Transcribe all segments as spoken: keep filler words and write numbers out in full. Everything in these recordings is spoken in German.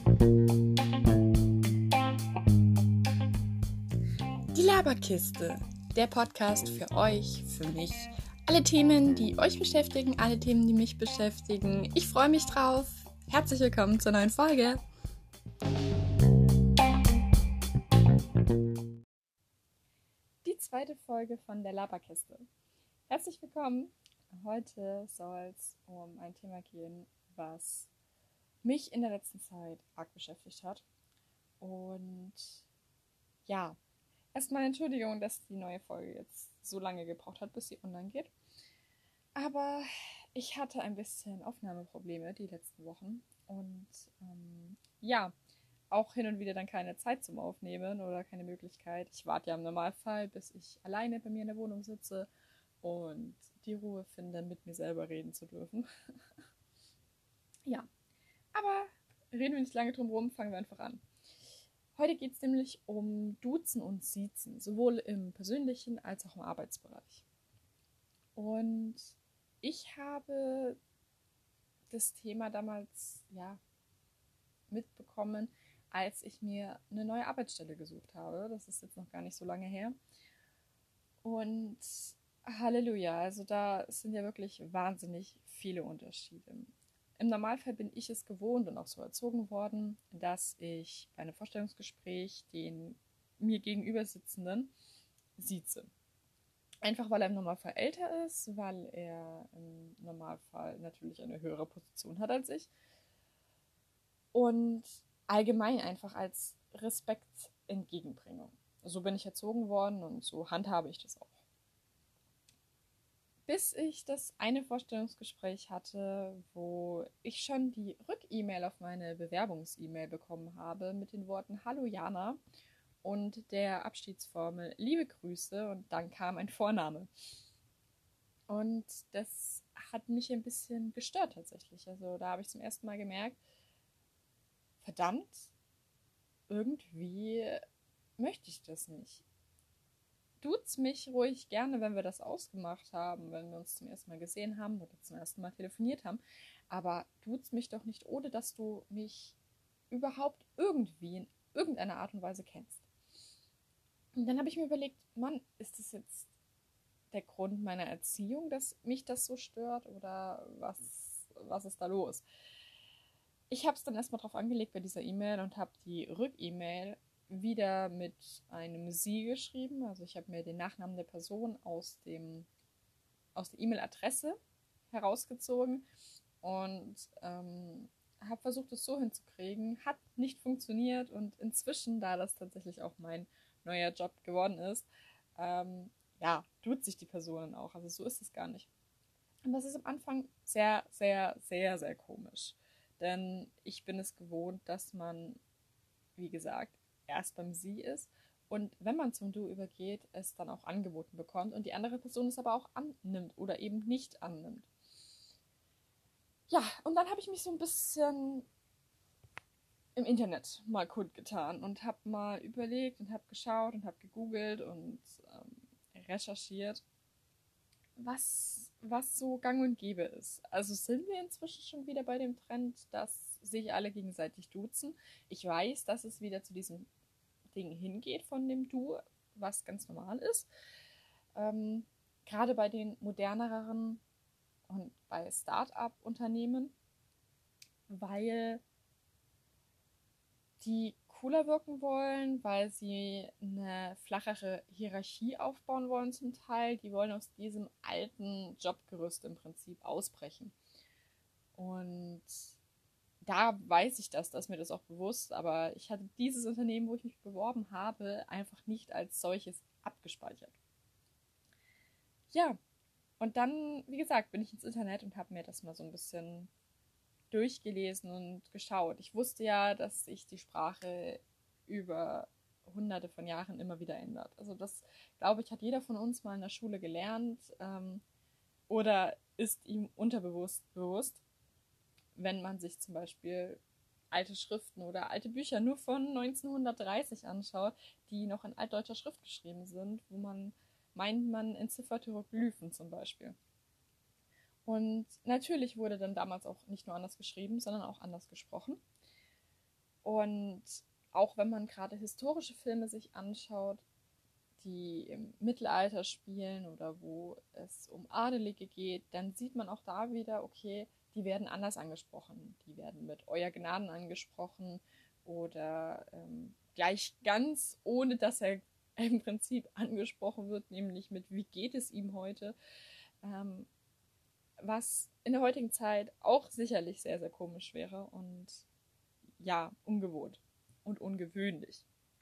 Die Laberkiste, der Podcast für euch, für mich. Alle Themen, die euch beschäftigen, alle Themen, die mich beschäftigen. Ich freue mich drauf. Herzlich willkommen zur neuen Folge. Die zweite Folge von der Laberkiste. Herzlich willkommen. Heute soll es um ein Thema gehen, was mich in der letzten Zeit arg beschäftigt hat. Und ja, erstmal Entschuldigung, dass die neue Folge jetzt so lange gebraucht hat, bis sie online geht. Aber ich hatte ein bisschen Aufnahmeprobleme die letzten Wochen. Und ähm, ja, auch hin und wieder dann keine Zeit zum Aufnehmen oder keine Möglichkeit. Ich warte ja im Normalfall, bis ich alleine bei mir in der Wohnung sitze und die Ruhe finde, mit mir selber reden zu dürfen. Ja, aber reden wir nicht lange drum rum, fangen wir einfach an. Heute geht es nämlich um Duzen und Siezen, sowohl im persönlichen als auch im Arbeitsbereich. Und ich habe das Thema damals ja mitbekommen, als ich mir eine neue Arbeitsstelle gesucht habe. Das ist jetzt noch gar nicht so lange her. Und Halleluja, also da sind ja wirklich wahnsinnig viele Unterschiede. Im Normalfall bin ich es gewohnt und auch so erzogen worden, dass ich bei einem Vorstellungsgespräch den mir gegenüber sitzenden sieze. Einfach weil er im Normalfall älter ist, weil er im Normalfall natürlich eine höhere Position hat als ich. Und allgemein einfach als Respekt Entgegenbringung. So bin ich erzogen worden und so handhabe ich das auch. Bis ich das eine Vorstellungsgespräch hatte, wo ich schon die Rück-E-Mail auf meine Bewerbungs-E-Mail bekommen habe mit den Worten Hallo Jana und der Abschiedsformel Liebe Grüße und dann kam ein Vorname. Und das hat mich ein bisschen gestört tatsächlich. Also da habe ich zum ersten Mal gemerkt, verdammt, irgendwie möchte ich das nicht. Duz mich ruhig gerne, wenn wir das ausgemacht haben, wenn wir uns zum ersten Mal gesehen haben oder zum ersten Mal telefoniert haben. Aber duz mich doch nicht, ohne dass du mich überhaupt irgendwie in irgendeiner Art und Weise kennst. Und dann habe ich mir überlegt, Mann, ist das jetzt der Grund meiner Erziehung, dass mich das so stört oder was, was ist da los? Ich habe es dann erstmal drauf angelegt bei dieser E-Mail und habe die Rück-E-Mail wieder mit einem Sie geschrieben. Also ich habe mir den Nachnamen der Person aus, dem, aus der E-Mail-Adresse herausgezogen und ähm, habe versucht, es so hinzukriegen. Hat nicht funktioniert und inzwischen, da das tatsächlich auch mein neuer Job geworden ist, ähm, ja, tut sich die Personen auch. Also so ist es gar nicht. Und das ist am Anfang sehr, sehr, sehr, sehr komisch. Denn ich bin es gewohnt, dass man, wie gesagt, erst beim Sie ist und wenn man zum Du übergeht, es dann auch angeboten bekommt und die andere Person es aber auch annimmt oder eben nicht annimmt. Ja, und dann habe ich mich so ein bisschen im Internet mal kundgetan und habe mal überlegt und habe geschaut und habe gegoogelt und ähm, recherchiert, was, was so gang und gäbe ist. Also sind wir inzwischen schon wieder bei dem Trend, dass sich alle gegenseitig duzen. Ich weiß, dass es wieder zu diesem Ding hingeht von dem Du, was ganz normal ist. Ähm, gerade bei den moderneren und bei Start-up-Unternehmen, weil die cooler wirken wollen, weil sie eine flachere Hierarchie aufbauen wollen zum Teil. Die wollen aus diesem alten Jobgerüst im Prinzip ausbrechen. Und da weiß ich das, da ist mir das auch bewusst, aber ich hatte dieses Unternehmen, wo ich mich beworben habe, einfach nicht als solches abgespeichert. Ja, und dann, wie gesagt, bin ich ins Internet und habe mir das mal so ein bisschen durchgelesen und geschaut. Ich wusste ja, dass sich die Sprache über hunderte von Jahren immer wieder ändert. Also das, glaube ich, hat jeder von uns mal in der Schule gelernt ähm, oder ist ihm unterbewusst bewusst, wenn man sich zum Beispiel alte Schriften oder alte Bücher nur von neunzehnhundertdreißig anschaut, die noch in altdeutscher Schrift geschrieben sind, wo man meint, man entziffert Hieroglyphen zum Beispiel. Und natürlich wurde dann damals auch nicht nur anders geschrieben, sondern auch anders gesprochen. Und auch wenn man gerade historische Filme sich anschaut, die im Mittelalter spielen oder wo es um Adelige geht, dann sieht man auch da wieder, okay, die werden anders angesprochen. Die werden mit Euer Gnaden angesprochen oder ähm, gleich ganz, ohne dass er im Prinzip angesprochen wird, nämlich mit wie geht es ihm heute, ähm, was in der heutigen Zeit auch sicherlich sehr, sehr komisch wäre und ja, ungewohnt und ungewöhnlich.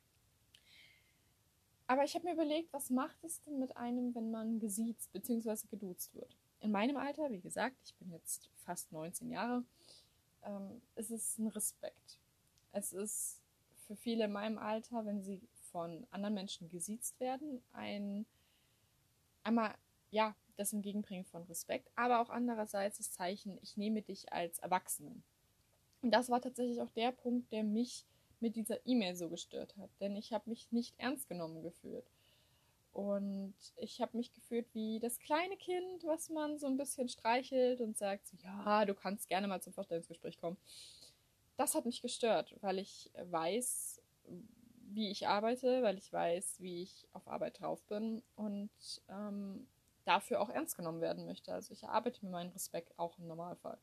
Aber ich habe mir überlegt, was macht es denn mit einem, wenn man gesiezt bzw. geduzt wird? In meinem Alter, wie gesagt, ich bin jetzt fast neunzehn Jahre, ähm, ist es ein Respekt. Es ist für viele in meinem Alter, wenn sie von anderen Menschen gesiezt werden, ein einmal, ja, das Entgegenbringen von Respekt, aber auch andererseits das Zeichen, ich nehme dich als Erwachsenen. Und das war tatsächlich auch der Punkt, der mich mit dieser E-Mail so gestört hat, denn ich habe mich nicht ernst genommen gefühlt. Und ich habe mich gefühlt wie das kleine Kind, was man so ein bisschen streichelt und sagt, so, ja, du kannst gerne mal zum Vorstellungsgespräch kommen. Das hat mich gestört, weil ich weiß, wie ich arbeite, weil ich weiß, wie ich auf Arbeit drauf bin und ähm, dafür auch ernst genommen werden möchte. Also ich erarbeite mir meinen Respekt auch im Normalfall.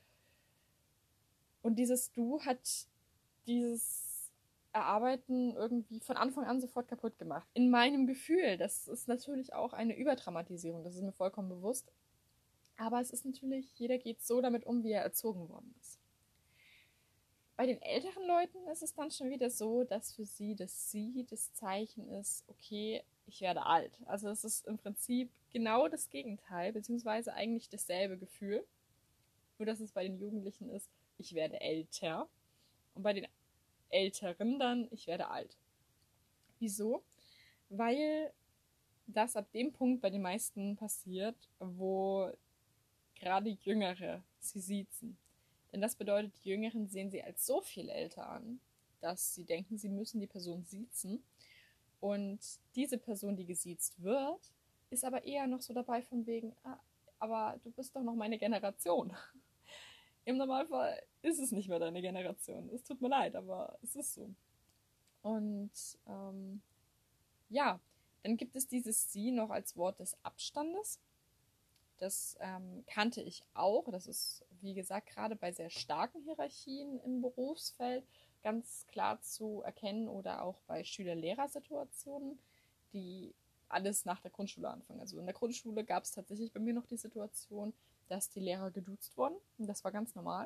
Und dieses Du hat dieses Erarbeiten irgendwie von Anfang an sofort kaputt gemacht. In meinem Gefühl. Das ist natürlich auch eine Überdramatisierung, das ist mir vollkommen bewusst. Aber es ist natürlich, jeder geht so damit um, wie er erzogen worden ist. Bei den älteren Leuten ist es dann schon wieder so, dass für sie das Sie das Zeichen ist, okay, ich werde alt. Also es ist im Prinzip genau das Gegenteil, beziehungsweise eigentlich dasselbe Gefühl. Nur dass es bei den Jugendlichen ist, ich werde älter. Und bei den Älteren dann, ich werde alt. Wieso? Weil das ab dem Punkt bei den meisten passiert, wo gerade Jüngere sie siezen. Denn das bedeutet, die Jüngeren sehen sie als so viel älter an, dass sie denken, sie müssen die Person siezen. Und diese Person, die gesiezt wird, ist aber eher noch so dabei von wegen, ah, aber du bist doch noch meine Generation. Im Normalfall ist es nicht mehr deine Generation. Es tut mir leid, aber es ist so. Und ähm, ja, dann gibt es dieses Sie noch als Wort des Abstandes. Das ähm, kannte ich auch. Das ist, wie gesagt, gerade bei sehr starken Hierarchien im Berufsfeld ganz klar zu erkennen oder auch bei Schüler-Lehrer-Situationen, die alles nach der Grundschule anfangen. Also in der Grundschule gab es tatsächlich bei mir noch die Situation, dass die Lehrer geduzt wurden. Und das war ganz normal.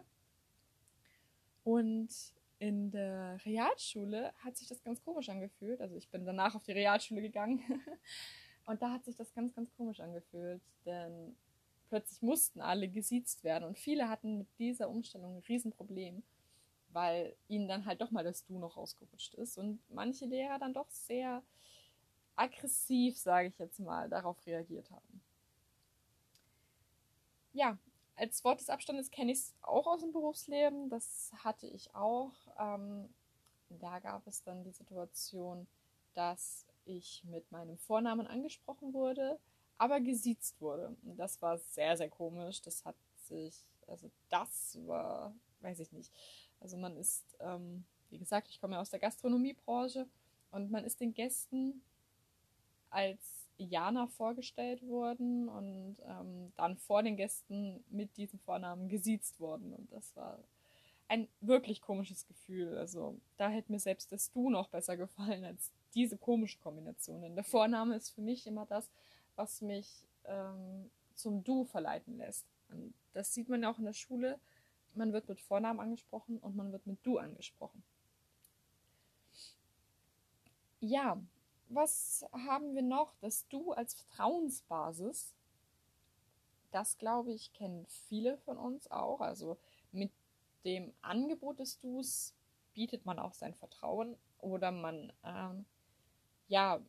Und in der Realschule hat sich das ganz komisch angefühlt. Also ich bin danach auf die Realschule gegangen. Und da hat sich das ganz, ganz komisch angefühlt. Denn plötzlich mussten alle gesiezt werden. Und viele hatten mit dieser Umstellung ein Riesenproblem, weil ihnen dann halt doch mal das Du noch rausgerutscht ist. Und manche Lehrer dann doch sehr aggressiv, sage ich jetzt mal, darauf reagiert haben. Ja, als Wort des Abstandes kenne ich es auch aus dem Berufsleben. Das hatte ich auch. Ähm, da gab es dann die Situation, dass ich mit meinem Vornamen angesprochen wurde, aber gesiezt wurde. Und das war sehr, sehr komisch. Das hat sich, also das war, weiß ich nicht. Also man ist, ähm, wie gesagt, ich komme ja aus der Gastronomiebranche und man ist den Gästen als Jana vorgestellt worden und ähm, dann vor den Gästen mit diesem Vornamen gesiezt worden. Und das war ein wirklich komisches Gefühl. Also da hätte mir selbst das Du noch besser gefallen als diese komische Kombination. Denn der Vorname ist für mich immer das, was mich ähm, zum Du verleiten lässt. Und das sieht man ja auch in der Schule. Man wird mit Vornamen angesprochen und man wird mit Du angesprochen. Ja, was haben wir noch? Das Du als Vertrauensbasis. Das, glaube ich, kennen viele von uns auch. Also mit dem Angebot des Dus bietet man auch sein Vertrauen oder man, ähm, ja,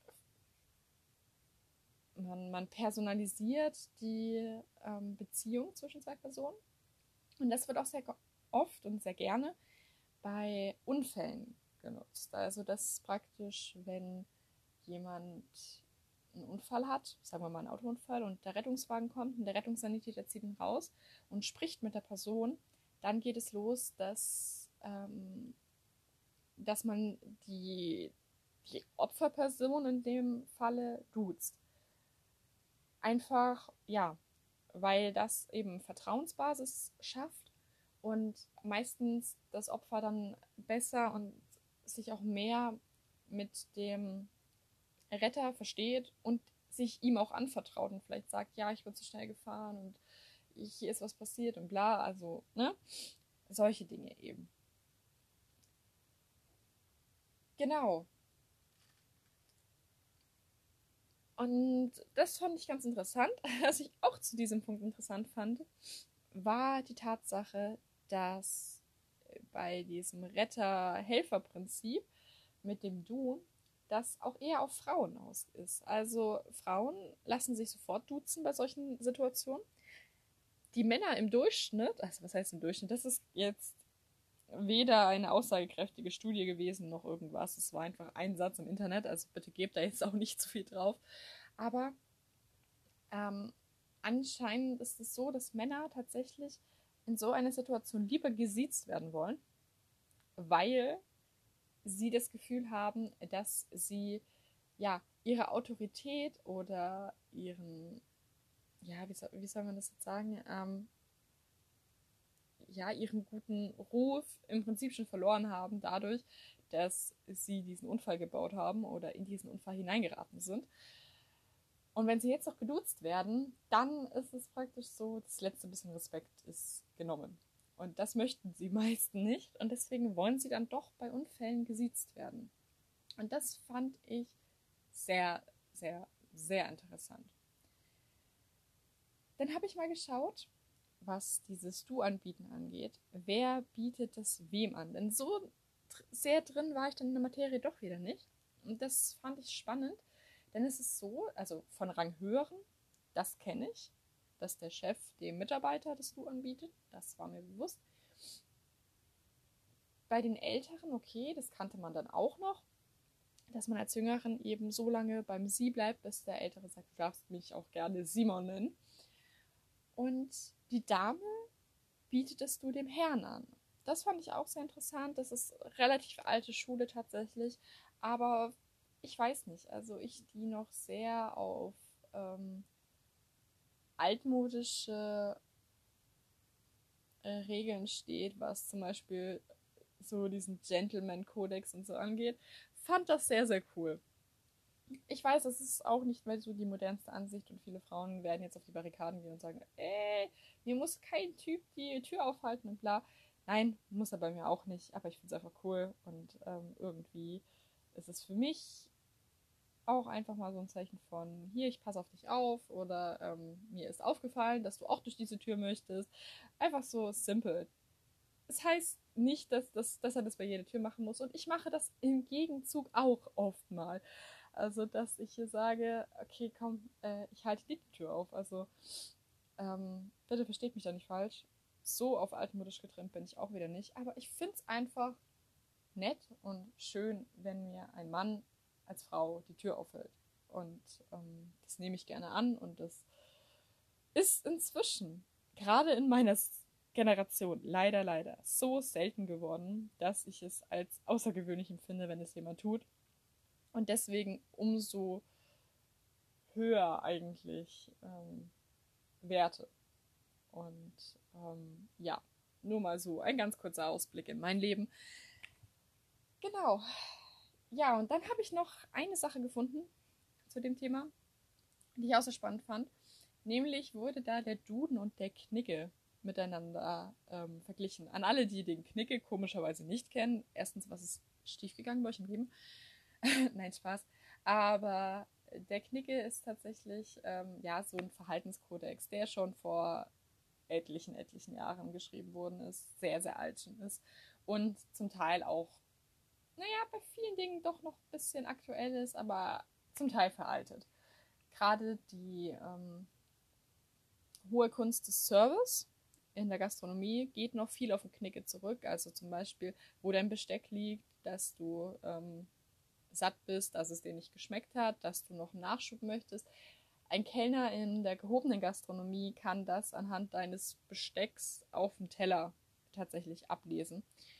man, man personalisiert die ähm, Beziehung zwischen zwei Personen. Und das wird auch sehr oft und sehr gerne bei Unfällen genutzt. Also das ist praktisch, wenn jemand einen Unfall hat, sagen wir mal einen Autounfall, und der Rettungswagen kommt und der Rettungssanitäter zieht ihn raus und spricht mit der Person, dann geht es los, dass ähm, dass man die, die Opferperson in dem Falle duzt. Einfach, ja, weil das eben Vertrauensbasis schafft und meistens das Opfer dann besser und sich auch mehr mit dem Retter versteht und sich ihm auch anvertraut und vielleicht sagt, ja, ich bin zu schnell gefahren und hier ist was passiert und bla, also, ne? Solche Dinge eben. Genau. Und das fand ich ganz interessant. Was ich auch zu diesem Punkt interessant fand, war die Tatsache, dass bei diesem Retter-Helfer-Prinzip mit dem Du das auch eher auf Frauen aus ist. Also Frauen lassen sich sofort duzen bei solchen Situationen. Die Männer im Durchschnitt, also was heißt im Durchschnitt, das ist jetzt weder eine aussagekräftige Studie gewesen noch irgendwas. Es war einfach ein Satz im Internet, also bitte gebt da jetzt auch nicht zu viel drauf. Aber ähm, anscheinend ist es so, dass Männer tatsächlich in so einer Situation lieber gesiezt werden wollen, weil sie das Gefühl haben, dass sie ja ihre Autorität oder ihren, ja, wie soll, wie soll man das jetzt sagen, ähm, ja, ihren guten Ruf im Prinzip schon verloren haben, dadurch, dass sie diesen Unfall gebaut haben oder in diesen Unfall hineingeraten sind. Und wenn sie jetzt noch geduzt werden, dann ist es praktisch so, das letzte bisschen Respekt ist genommen. Und das möchten sie meisten nicht. Und deswegen wollen sie dann doch bei Unfällen gesiezt werden. Und das fand ich sehr, sehr, sehr interessant. Dann habe ich mal geschaut, was dieses Du-Anbieten angeht. Wer bietet das wem an? Denn so sehr drin war ich dann in der Materie doch wieder nicht. Und das fand ich spannend, denn es ist so, also von Rang höheren, das kenne ich, dass der Chef dem Mitarbeiter das Du anbietet. Das war mir bewusst. Bei den Älteren, okay, das kannte man dann auch noch, dass man als Jüngeren eben so lange beim Sie bleibt, bis der Ältere sagt, du darfst mich auch gerne Simon nennen. Und die Dame bietet es Du dem Herrn an. Das fand ich auch sehr interessant. Das ist relativ alte Schule tatsächlich, aber ich weiß nicht. Also ich, die noch sehr auf ähm, altmodische äh, Regeln steht, was zum Beispiel so diesen Gentleman-Kodex und so angeht, fand das sehr, sehr cool. Ich weiß, das ist auch nicht mehr so die modernste Ansicht und viele Frauen werden jetzt auf die Barrikaden gehen und sagen, ey, mir muss kein Typ die Tür aufhalten und bla. Nein, muss er bei mir auch nicht, aber ich finde es einfach cool und ähm, irgendwie ist es für mich auch einfach mal so ein Zeichen von, hier, ich passe auf dich auf oder ähm, mir ist aufgefallen, dass du auch durch diese Tür möchtest. Einfach so simpel. Es heißt nicht, dass, dass, dass er das bei jeder Tür machen muss und ich mache das im Gegenzug auch oft mal. Also, dass ich hier sage, okay, komm, äh, ich halte die Tür auf. Also, ähm, bitte versteht mich da nicht falsch. So auf altmodisch getrimmt bin ich auch wieder nicht. Aber ich finde es einfach nett und schön, wenn mir ein Mann als Frau die Tür aufhält. Und ähm, das nehme ich gerne an. Und das ist inzwischen, gerade in meiner Generation, leider, leider, so selten geworden, dass ich es als außergewöhnlich empfinde, wenn es jemand tut. Und deswegen umso höher eigentlich ähm, Werte. Und ähm, ja, nur mal so ein ganz kurzer Ausblick in mein Leben. Genau. Ja, und dann habe ich noch eine Sache gefunden zu dem Thema, die ich auch sehr spannend fand. Nämlich wurde da der Duden und der Knigge miteinander ähm, verglichen. An alle, die den Knigge komischerweise nicht kennen. Erstens, was ist schiefgegangen bei euch im Leben? Nein, Spaß. Aber der Knigge ist tatsächlich ähm, ja so ein Verhaltenskodex, der schon vor etlichen, etlichen Jahren geschrieben worden ist, sehr, sehr alt schon ist und zum Teil auch, naja, bei vielen Dingen doch noch ein bisschen aktuell ist, aber zum Teil veraltet. Gerade die ähm, hohe Kunst des Service in der Gastronomie geht noch viel auf den Knigge zurück, also zum Beispiel, wo dein Besteck liegt, dass du ähm, satt bist, dass es dir nicht geschmeckt hat, dass du noch einen Nachschub möchtest. Ein Kellner in der gehobenen Gastronomie kann das anhand deines Bestecks auf dem Teller tatsächlich ablesen.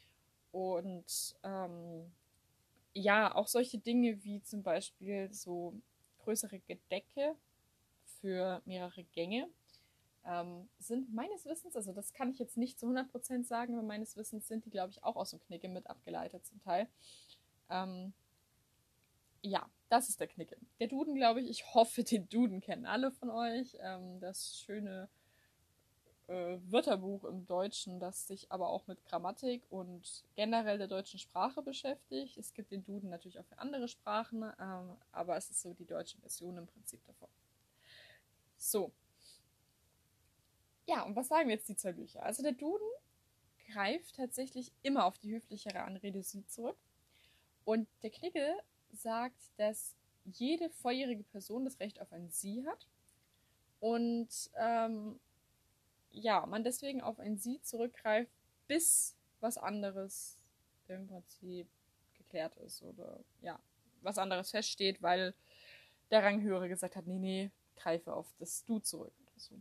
Und ähm, ja, auch solche Dinge wie zum Beispiel so größere Gedecke für mehrere Gänge ähm, sind meines Wissens, also das kann ich jetzt nicht zu hundert Prozent sagen, aber meines Wissens sind die, glaube ich, auch aus dem Knigge mit abgeleitet zum Teil. Ähm, ja, das ist der Knigge. Der Duden, glaube ich, ich hoffe, den Duden kennen alle von euch. Ähm, das schöne äh, Wörterbuch im Deutschen, das sich aber auch mit Grammatik und generell der deutschen Sprache beschäftigt. Es gibt den Duden natürlich auch für andere Sprachen, ähm, aber es ist so die deutsche Version im Prinzip davon. So. Ja, und was sagen jetzt die zwei Bücher? Also der Duden greift tatsächlich immer auf die höflichere Anrede sie zurück. Und der Knigge sagt, dass jede vorjährige Person das Recht auf ein Sie hat. Und ähm, ja, man deswegen auf ein Sie zurückgreift, bis was anderes im Prinzip geklärt ist oder ja, was anderes feststeht, weil der Ranghöhere gesagt hat, nee, nee, greife auf das Du zurück oder so.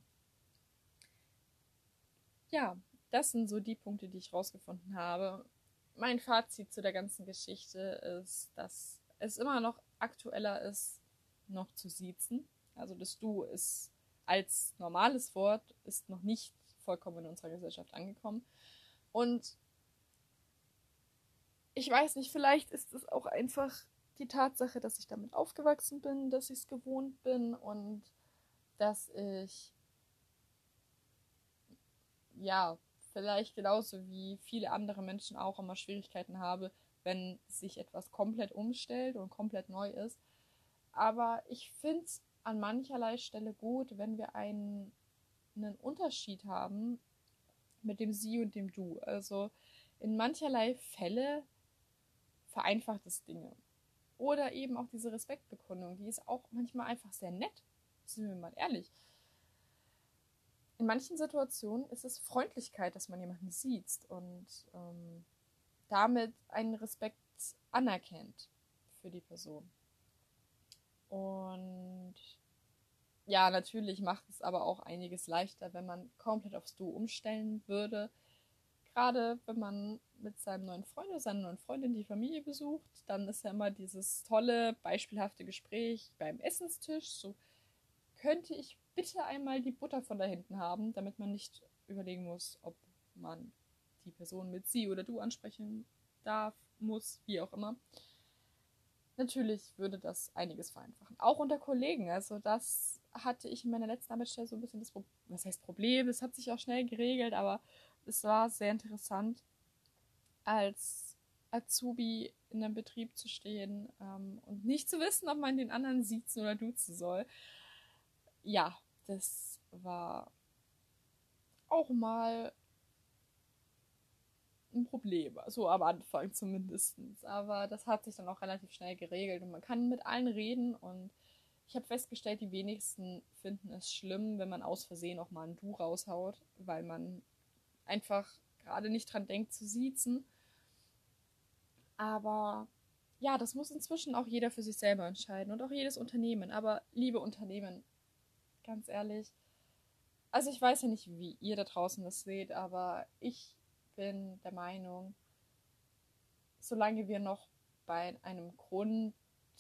Ja, das sind so die Punkte, die ich rausgefunden habe. Mein Fazit zu der ganzen Geschichte ist, dass es immer noch aktueller ist, noch zu siezen. Also das Du ist als normales Wort ist noch nicht vollkommen in unserer Gesellschaft angekommen. Und ich weiß nicht, vielleicht ist es auch einfach die Tatsache, dass ich damit aufgewachsen bin, dass ich es gewohnt bin und dass ich ja vielleicht genauso wie viele andere Menschen auch immer Schwierigkeiten habe, wenn sich etwas komplett umstellt und komplett neu ist. Aber ich finde es an mancherlei Stelle gut, wenn wir einen, einen Unterschied haben mit dem Sie und dem Du. Also in mancherlei Fälle vereinfacht es Dinge. Oder eben auch diese Respektbekundung, die ist auch manchmal einfach sehr nett. Sind wir mal ehrlich. In manchen Situationen ist es Freundlichkeit, dass man jemanden sieht und ähm, damit einen Respekt anerkennt für die Person. Und ja, natürlich macht es aber auch einiges leichter, wenn man komplett aufs Du umstellen würde. Gerade wenn man mit seinem neuen Freund oder seiner neuen Freundin die Familie besucht, dann ist ja immer dieses tolle, beispielhafte Gespräch beim Essenstisch. So, könnte ich bitte einmal die Butter von da hinten haben, damit man nicht überlegen muss, ob man die Person mit sie oder du ansprechen darf, muss, wie auch immer. Natürlich würde das einiges vereinfachen. Auch unter Kollegen. Also das hatte ich in meiner letzten Arbeitsstelle so ein bisschen das Problem. Was heißt Problem? Es hat sich auch schnell geregelt, aber es war sehr interessant, als Azubi in einem Betrieb zu stehen ähm, und nicht zu wissen, ob man den anderen siezen oder duzen soll. Ja, das war auch mal ein Problem, so am Anfang zumindest. Aber das hat sich dann auch relativ schnell geregelt und man kann mit allen reden und ich habe festgestellt, die wenigsten finden es schlimm, wenn man aus Versehen auch mal ein Du raushaut, weil man einfach gerade nicht dran denkt zu siezen. Aber ja, das muss inzwischen auch jeder für sich selber entscheiden und auch jedes Unternehmen. Aber liebe Unternehmen, ganz ehrlich, also ich weiß ja nicht, wie ihr da draußen das seht, aber ich bin der Meinung, solange wir noch bei einem Grundding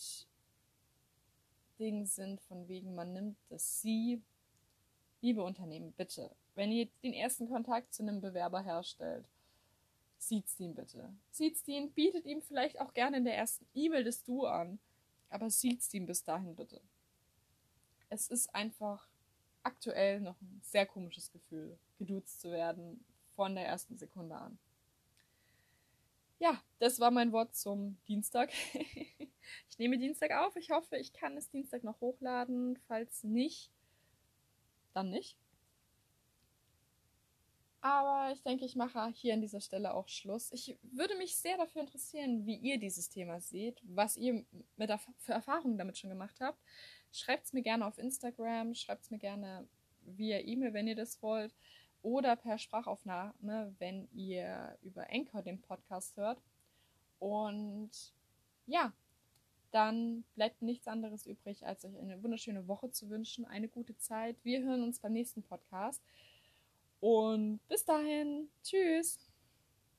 sind, von wegen man nimmt das Sie, liebe Unternehmen, bitte, wenn ihr den ersten Kontakt zu einem Bewerber herstellt, sieht's ihn bitte. Sieht's ihn, bietet ihm vielleicht auch gerne in der ersten E-Mail das Du an, aber sieht's ihn bis dahin bitte. Es ist einfach aktuell noch ein sehr komisches Gefühl, geduzt zu werden von der ersten Sekunde an. Ja, das war mein Wort zum Dienstag. Ich nehme Dienstag auf. Ich hoffe, ich kann es Dienstag noch hochladen. Falls nicht, dann nicht. Aber ich denke, ich mache hier an dieser Stelle auch Schluss. Ich würde mich sehr dafür interessieren, wie ihr dieses Thema seht, was ihr mit für Erfahrungen damit schon gemacht habt. Schreibt es mir gerne auf Instagram, schreibt es mir gerne via E-Mail, wenn ihr das wollt, oder per Sprachaufnahme, wenn ihr über Anchor den Podcast hört. Und ja, dann bleibt nichts anderes übrig, als euch eine wunderschöne Woche zu wünschen, eine gute Zeit. Wir hören uns beim nächsten Podcast. Und bis dahin, tschüss!